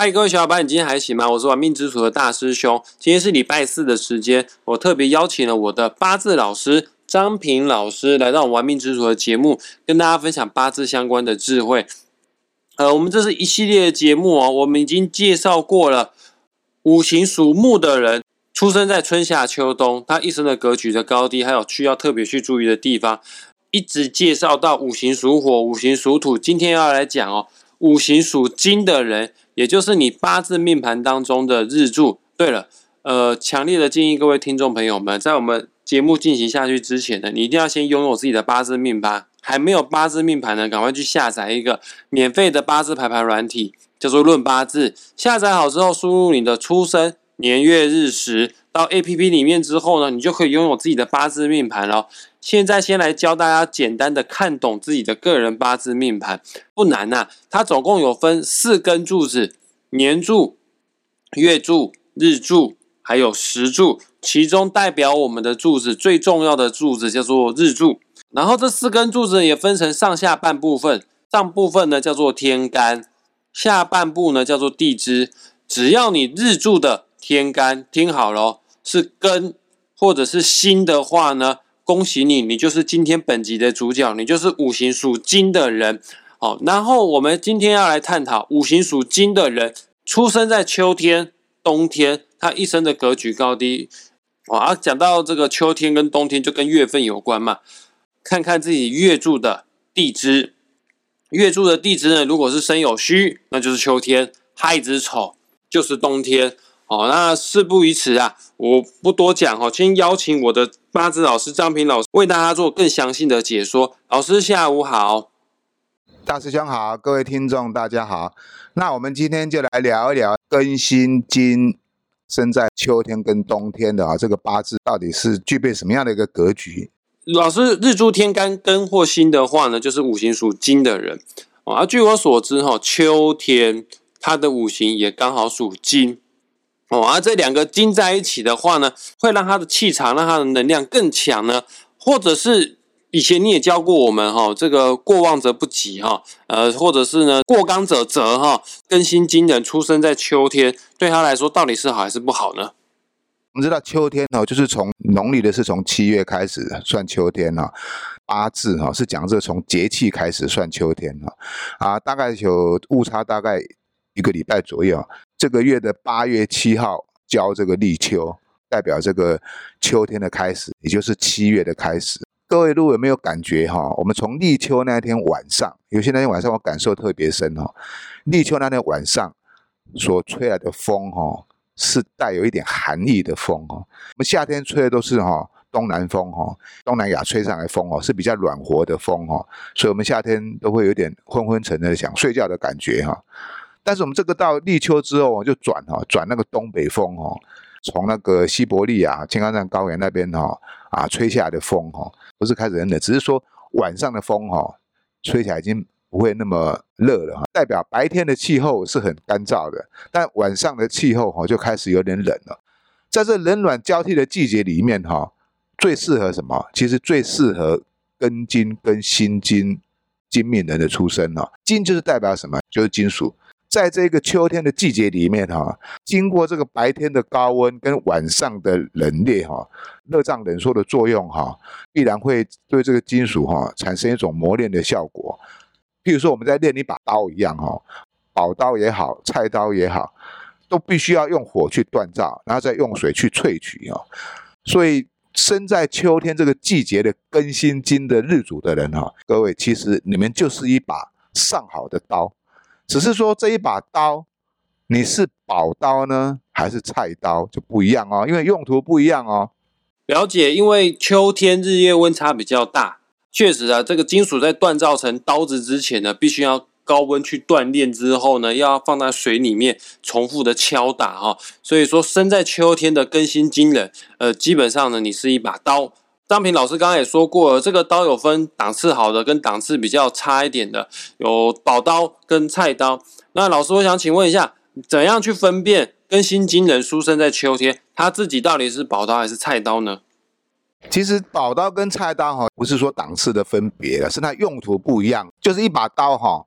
嗨，各位小伙伴，你今天还行吗？我是玩命之徒的大师兄。今天是礼拜四的时间，我特别邀请了我的八字老师张平老师来到我们玩命之徒的节目，跟大家分享八字相关的智慧。我们这是一系列的节目哦，我们已经介绍过了五行属木的人，出生在春夏秋冬，他一生的格局的高低，还有需要特别去注意的地方，一直介绍到五行属火、五行属土。今天要来讲哦，五行属金的人，也就是你八字命盘当中的日柱。对了，强烈的建议各位听众朋友们，在我们节目进行下去之前呢，你一定要先拥有自己的八字命盘。还没有八字命盘呢，赶快去下载一个免费的八字排盘软体，叫做论八字。下载好之后，输入你的出生年月日时到 APP 里面之后呢，你就可以拥有自己的八字命盘了。现在先来教大家简单的看懂自己的个人八字命盘，不难啊。它总共有分4根柱子：年柱、月柱、日柱，还有时柱。其中代表我们的柱子最重要的柱子叫做日柱。然后这4根柱子也分成上下半部分，上部分呢叫做天干，下半部呢叫做地支。只要你日柱的天干听好咯，是根或者是辛的话呢，恭喜你，你就是今天本集的主角，你就是五行属金的人。好，然后我们今天要来探讨五行属金的人出生在秋天、冬天，他一生的格局高低。讲到这个秋天跟冬天就跟月份有关嘛，看看自己月柱的地支。月柱的地支呢，如果是申酉戌，那就是秋天；亥子丑就是冬天。那事不宜迟啊，我不多讲先邀请我的八字老师张平老师为大家做更详细的解说。老师下午好。 大师兄好，各位听众大家好。那我们今天就来聊一聊庚辛金生在秋天跟冬天的这个八字到底是具备什么样的一个格局。 老师，日柱天干庚或辛的话呢，就是五行属金的人。据我所知秋天他的五行也刚好属金。这两个金在一起的话呢，会让他的气场、让他的能量更强呢，或者是以前你也教过我们这个过旺则不及或者是呢过刚者折庚辛金人出生在秋天，对他来说到底是好还是不好呢？ 我们知道秋天就是从农历的是从7月开始算秋天八字是讲这从节气开始算秋天大概有误差大概1个礼拜左右。这个月的8月7号交这个立秋，代表这个秋天的开始，也就是7月的开始。各位如果有没有感觉我们从立秋那天晚上，有些那天晚上我感受特别深立秋那天晚上所吹来的风是带有一点寒意的风我们夏天吹的都是东南风东南亚吹上来的风是比较暖和的风所以我们夏天都会有点昏昏沉的想睡觉的感觉但是我们这个到立秋之后就转那个东北风从那个西伯利亚青冈山高原那边吹下来的风不是开始很冷，只是说晚上的风吹起来已经不会那么热了代表白天的气候是很干燥的，但晚上的气候就开始有点冷了。在这冷暖交替的季节里面最适合什么？其实最适合庚金跟辛金金命人的出生金就是代表什么？就是金属。在这个秋天的季节里面经过这个白天的高温跟晚上的冷冽热胀冷缩的作用必然会对这个金属产生一种磨练的效果。譬如说我们在练一把刀一样宝刀也好，菜刀也好，都必须要用火去锻造，然后再用水去萃取所以生在秋天这个季节的庚辛金的日主的人各位其实你们就是一把上好的刀，只是说这一把刀你是宝刀呢还是菜刀就不一样因为用途不一样了解，因为秋天日夜温差比较大，确实这个金属在锻造成刀子之前呢，必须要高温去锻炼之后呢，要放在水里面重复的敲打所以说生在秋天的庚辛金人基本上呢你是一把刀。张平老师刚刚也说过了，这个刀有分档次好的跟档次比较差一点的，有宝刀跟菜刀。那老师我想请问一下，怎样去分辨庚辛金人出生在秋天，他自己到底是宝刀还是菜刀呢？ 其实宝刀跟菜刀不是说档次的分别了，是它用途不一样。就是一把刀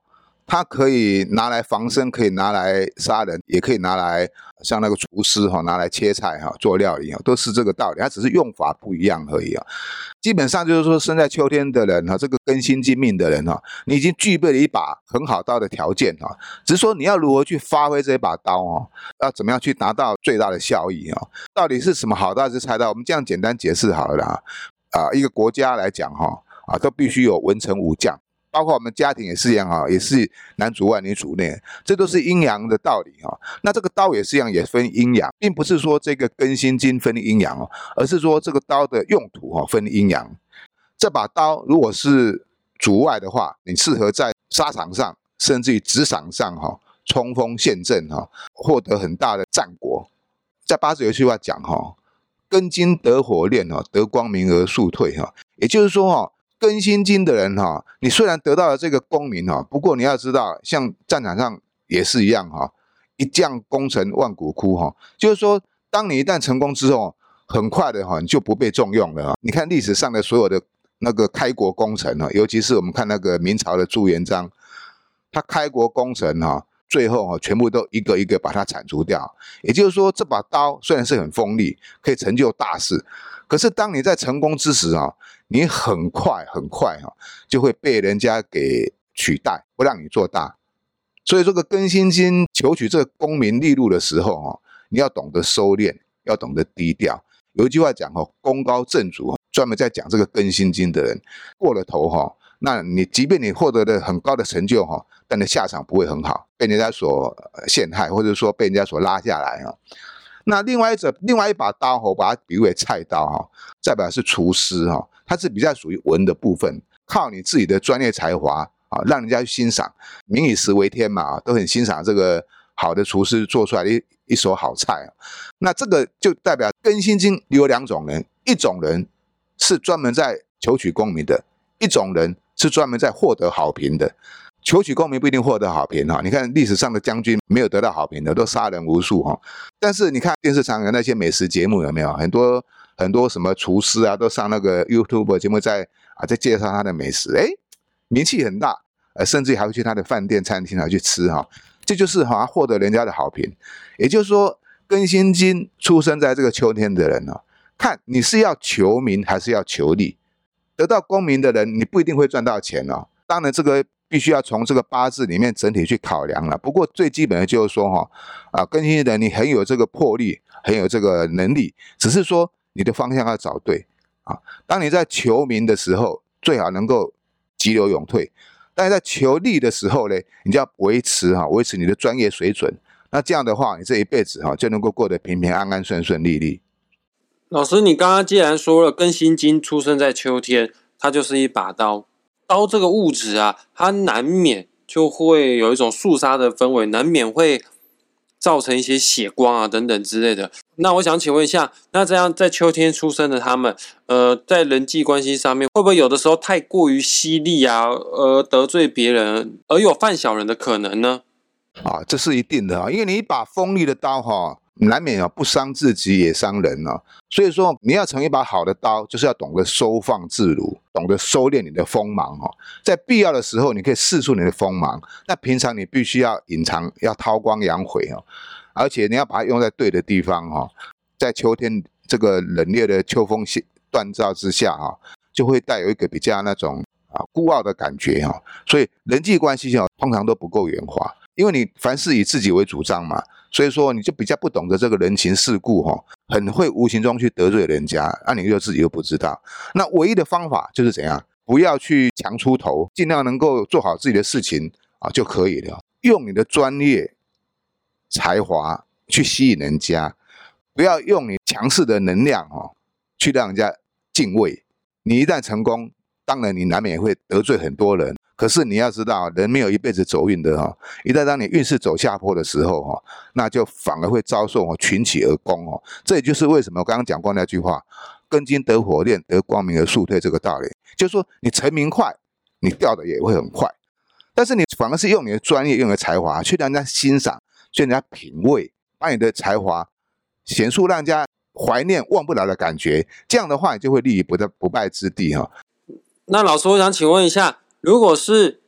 它可以拿来防身，可以拿来杀人，也可以拿来像那个厨师拿来切菜做料理都是这个道理，它只是用法不一样而已基本上就是说，生在秋天的人这个庚辛金命的人你已经具备了一把很好刀的条件只是说你要如何去发挥这把刀要怎么样去达到最大的效益到底是什么好刀还是菜刀？我们这样简单解释好了啦。一个国家来讲都必须有文臣武将，包括我们家庭也是一样也是男主外女主内，这都是阴阳的道理那这个刀也是一样，也分阴阳，并不是说这个庚辛金分阴阳而是说这个刀的用途分阴阳。这把刀如果是主外的话，你适合在沙场上甚至于职场上冲锋陷阵获得很大的战果。在八字有一句话讲庚金得火炼得光明而速退也就是说庚辛金的人你虽然得到了这个功名不过你要知道，像战场上也是一样一将功成万骨枯就是说，当你一旦成功之后，很快的你就不被重用了你看历史上的所有的那个开国功臣尤其是我们看那个明朝的朱元璋，他开国功臣最后全部都一个一个把它铲除掉。也就是说，这把刀虽然是很锋利，可以成就大事，可是当你在成功之时你很快就会被人家给取代，不让你做大。所以这个庚辛金求取这个功名利禄的时候你要懂得收敛，要懂得低调。有一句话讲功高震主，专门在讲这个庚辛金的人过了头那你即便你获得了很高的成就但你的下场不会很好，被人家所陷害，或者说被人家所拉下来那另外一把刀我把它比喻为菜刀再把是厨师它是比较属于文的部分，靠你自己的专业才华让人家去欣赏，民以食为天嘛都很欣赏这个好的厨师做出来的一手好菜那这个就代表庚辛金有两种人，一种人是专门在求取功名的，一种人是专门在获得好评的。求取功名不一定获得好评你看历史上的将军没有得到好评的都杀人无数但是你看电视上的那些美食节目有没有很多什么厨师都上那个 YouTube 节目在介绍他的美食，名气很大，甚至还会去他的饭店餐厅去吃这就是获得人家的好评。也就是说，庚辛金出生在这个秋天的人看你是要求名还是要求利。得到功名的人你不一定会赚到钱当然这个必须要从这个八字里面整体去考量了。不过最基本的就是说庚辛的人你很有这个魄力，很有这个能力，只是说你的方向要找对当你在求名的时候，最好能够急流勇退，但是在求利的时候呢，你就要维持你的专业水准。那这样的话，你这一辈子就能够过得平平安安、顺顺利利。 老师，你刚刚既然说了庚辛金出生在秋天，它就是一把刀。刀这个物质它难免就会有一种肃杀的氛围，难免会造成一些血光等等之类的。那我想请问一下，那这样在秋天出生的他们，在人际关系上面，会不会有的时候太过于犀利得罪别人，而有犯小人的可能呢？ 这是一定的因为你一把锋利的刀难免不伤自己也伤人所以说你要成一把好的刀，就是要懂得收放自如，懂得收敛你的锋芒在必要的时候你可以释出你的锋芒，那平常你必须要隐藏，要韬光养晦而且你要把它用在对的地方在秋天这个冷冽的秋风锻造之下就会带有一个比较那种孤傲的感觉所以人际关系通常都不够圆滑，因为你凡事以自己为主张嘛，所以说你就比较不懂得这个人情世故很会无形中去得罪人家，你就自己又不知道。那唯一的方法就是怎样，不要去强出头，尽量能够做好自己的事情就可以了。用你的专业才华去吸引人家，不要用你强势的能量去让人家敬畏。你一旦成功，当然你难免会得罪很多人，可是你要知道人没有一辈子走运的一旦当你运势走下坡的时候那就反而会遭受群起而攻这也就是为什么我刚刚讲过那句话，庚金得火炼得光明而速退这个道理，就是说你成名快，你掉的也会很快，但是你反而是用你的专业，用你的才华去让人家欣赏，去让人家品味，把你的才华显出让人家怀念忘不了的感觉，这样的话你就会立于不败之地那老师，我想请问一下，如果是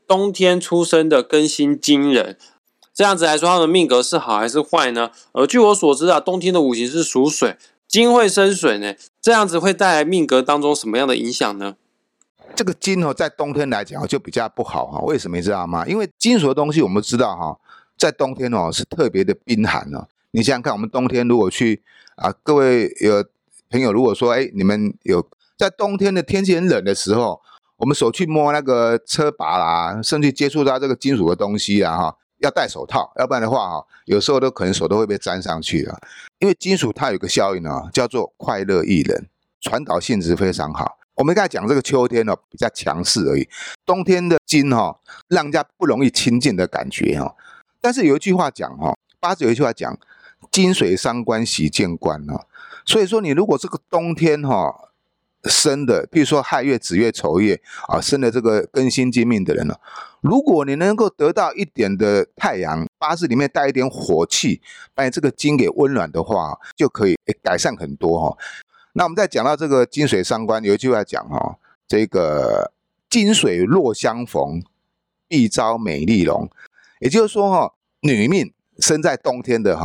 冬天出生的庚辛金人，这样子来说，他们命格是好还是坏呢？据我所知啊，冬天的五行是属水，金会生水呢，这样子会带来命格当中什么样的影响呢？ 这个金在冬天来讲就比较不好为什么你知道吗？因为金属的东西我们知道在冬天是特别的冰寒你想想看，我们冬天如果去各位有朋友如果说你们有在冬天的天气很冷的时候，我们手去摸那个车把啦，甚至接触到这个金属的东西要戴手套，要不然的话有时候都可能手都会被沾上去了。因为金属它有一个效应叫做快乐益人，传导性质非常好。我们刚才讲这个秋天比较强势而已，冬天的金让人家不容易亲近的感觉但是有一句话讲八字有一句话讲，金水伤官喜见官所以说你如果这个冬天生的，譬如说亥月、子月、丑月生的这个庚辛金命的人如果你能够得到一点的太阳，八字里面带一点火气，把你这个金给温暖的话，就可以改善很多那我们再讲到这个金水伤官，有一句话讲这个金水若相逢，必招美丽容。也就是说女命生在冬天的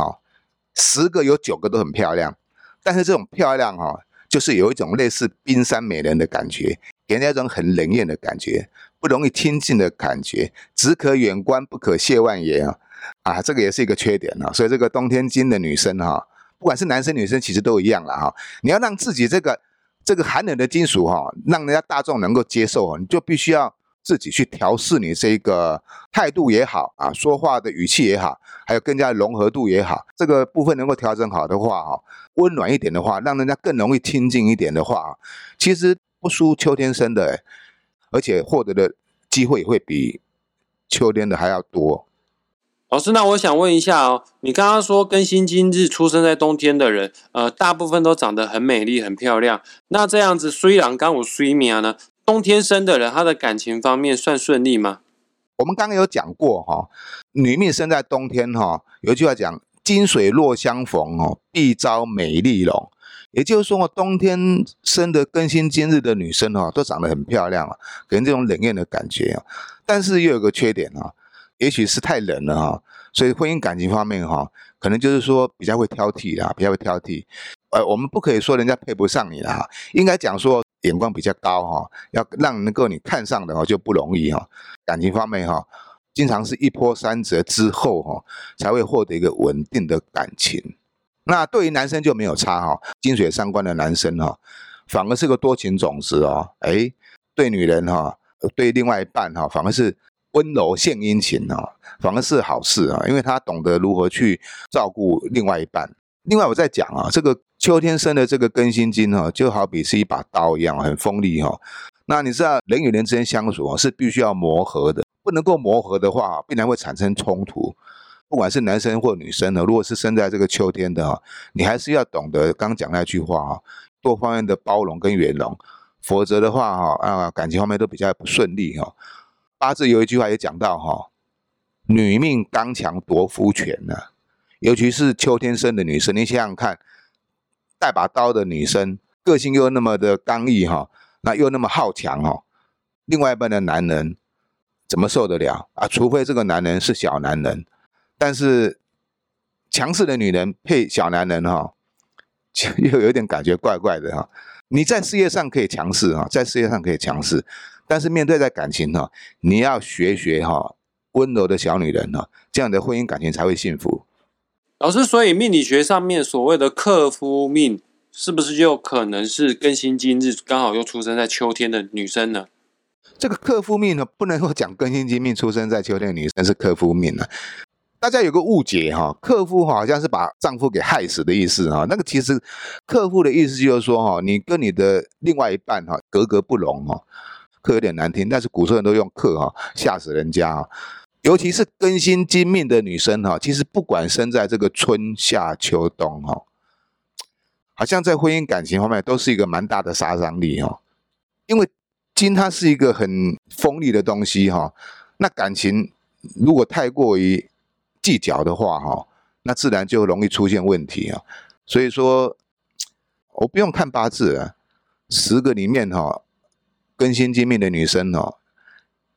10个有9个都很漂亮，但是这种漂亮就是有一种类似冰山美人的感觉，给人家一种很冷艳的感觉，不容易亲近的感觉，只可远观不可亵玩也这个也是一个缺点所以这个冬天金的女生不管是男生女生其实都一样啦你要让自己这个寒冷的金属让人家大众能够接受你就必须要自己去调试你这个态度也好说话的语气也好，还有更加融合度也好，这个部分能够调整好的话温暖一点的话，让人家更容易亲近一点的话其实不输秋天生的而且获得的机会也会比秋天的还要多。 老师，那我想问一下你刚刚说庚辛金日出生在冬天的人，大部分都长得很美丽、很漂亮。那这样子，虽然刚我虽命呢，冬天生的人，他的感情方面算顺利吗？ 我们刚刚有讲过女命生在冬天有一句话讲，金水若相逢必招美丽容。也就是说冬天生的庚辛金日的女生都长得很漂亮给人这种冷艳的感觉但是又有个缺点也许是太冷了所以婚姻感情方面可能就是说比较会挑剔啦，比较会挑剔。我们不可以说人家配不上你啦应该讲说眼光比较高要让能够你看上的就不容易感情方面经常是一波三折之后才会获得一个稳定的感情。那对于男生就没有差金水伤官的男生反而是个多情种子对女人对另外一半反而是温柔献殷勤反而是好事因为他懂得如何去照顾另外一半。另外我在讲这个秋天生的这个庚辛金就好比是一把刀一样很锋利那你知道人与人之间相处是必须要磨合的，不能够磨合的话必然会产生冲突。不管是男生或女生如果是生在这个秋天的你还是要懂得刚讲那句话多方面的包容跟圆融，否则的话感情方面都比较不顺利八字有一句话也讲到女命刚强夺夫权尤其是秋天生的女生，你想想看，带把刀的女生个性又那么的刚毅那又那么好强另外一半的男人怎么受得了除非这个男人是小男人。但是强势的女人配小男人又有点感觉怪怪的你在事业上可以强势在事业上可以强势，但是面对在感情你要学温柔的小女人这样的婚姻感情才会幸福。 老师，所以命理学上面所谓的克夫命，是不是就可能是庚辛金日刚好又出生在秋天的女生呢？ 这个克夫命不能够讲庚辛金命出生在秋天的女生是克夫命大家有个误解克夫好像是把丈夫给害死的意思那个其实克夫的意思就是说你跟你的另外一半格格不容克有点难听，但是古时候人都用克吓死人家尤其是庚辛金命的女生其实不管生在这个春夏秋冬好像在婚姻感情方面都是一个蛮大的杀伤力因为金它是一个很锋利的东西那感情如果太过于计较的话那自然就容易出现问题所以说我不用看八字10个里面庚辛金命的女生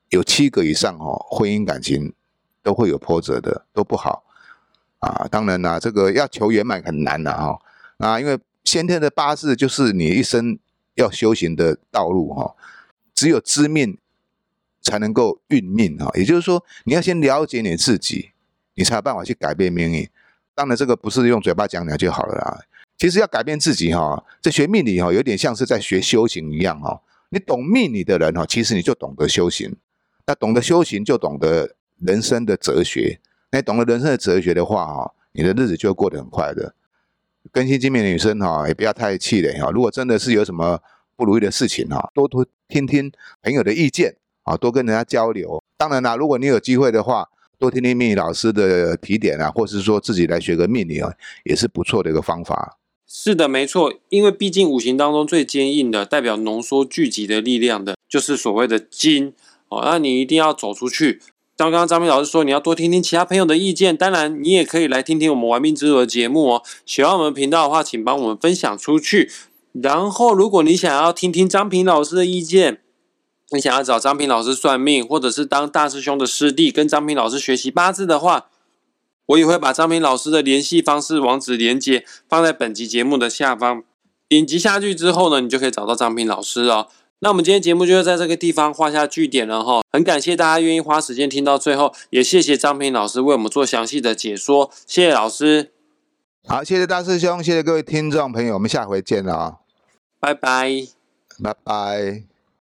有7个以上婚姻感情都会有波折的，都不好啊。当然啦，这个要求圆满很难啦因为先天的八字就是你一生要修行的道路只有知命才能够运命也就是说，你要先了解你自己，你才有办法去改变命运。当然，这个不是用嘴巴讲讲就好了啦。其实要改变自己这学命理有点像是在学修行一样你懂命理的人其实你就懂得修行。那懂得修行就懂得人生的哲学。那懂得人生的哲学的话你的日子就会过得很快的。更新金命的女生也不要太气馁如果真的是有什么不如意的事情多听听朋友的意见多跟人家交流。当然啦，如果你有机会的话，多听听命理老师的提点或是说自己来学个命理也是不错的一个方法。 是的，没错，因为毕竟五行当中最坚硬的、代表浓缩聚集的力量的，就是所谓的金那你一定要走出去。刚刚张明老师说，你要多听听其他朋友的意见，当然你也可以来听听我们玩命之徒的节目喜欢我们频道的话，请帮我们分享出去。然后，如果你想要听听张平老师的意见，你想要找张平老师算命，或者是当大师兄的师弟，跟张平老师学习八字的话，我也会把张平老师的联系方式、网址连结放在本集节目的下方，点击下去之后呢，你就可以找到张平老师那我们今天节目就会在这个地方画下句点了很感谢大家愿意花时间听到最后，也谢谢张平老师为我们做详细的解说，谢谢老师。 好，谢谢大师兄，谢谢各位听众朋友，我们下回见了拜拜， 拜拜。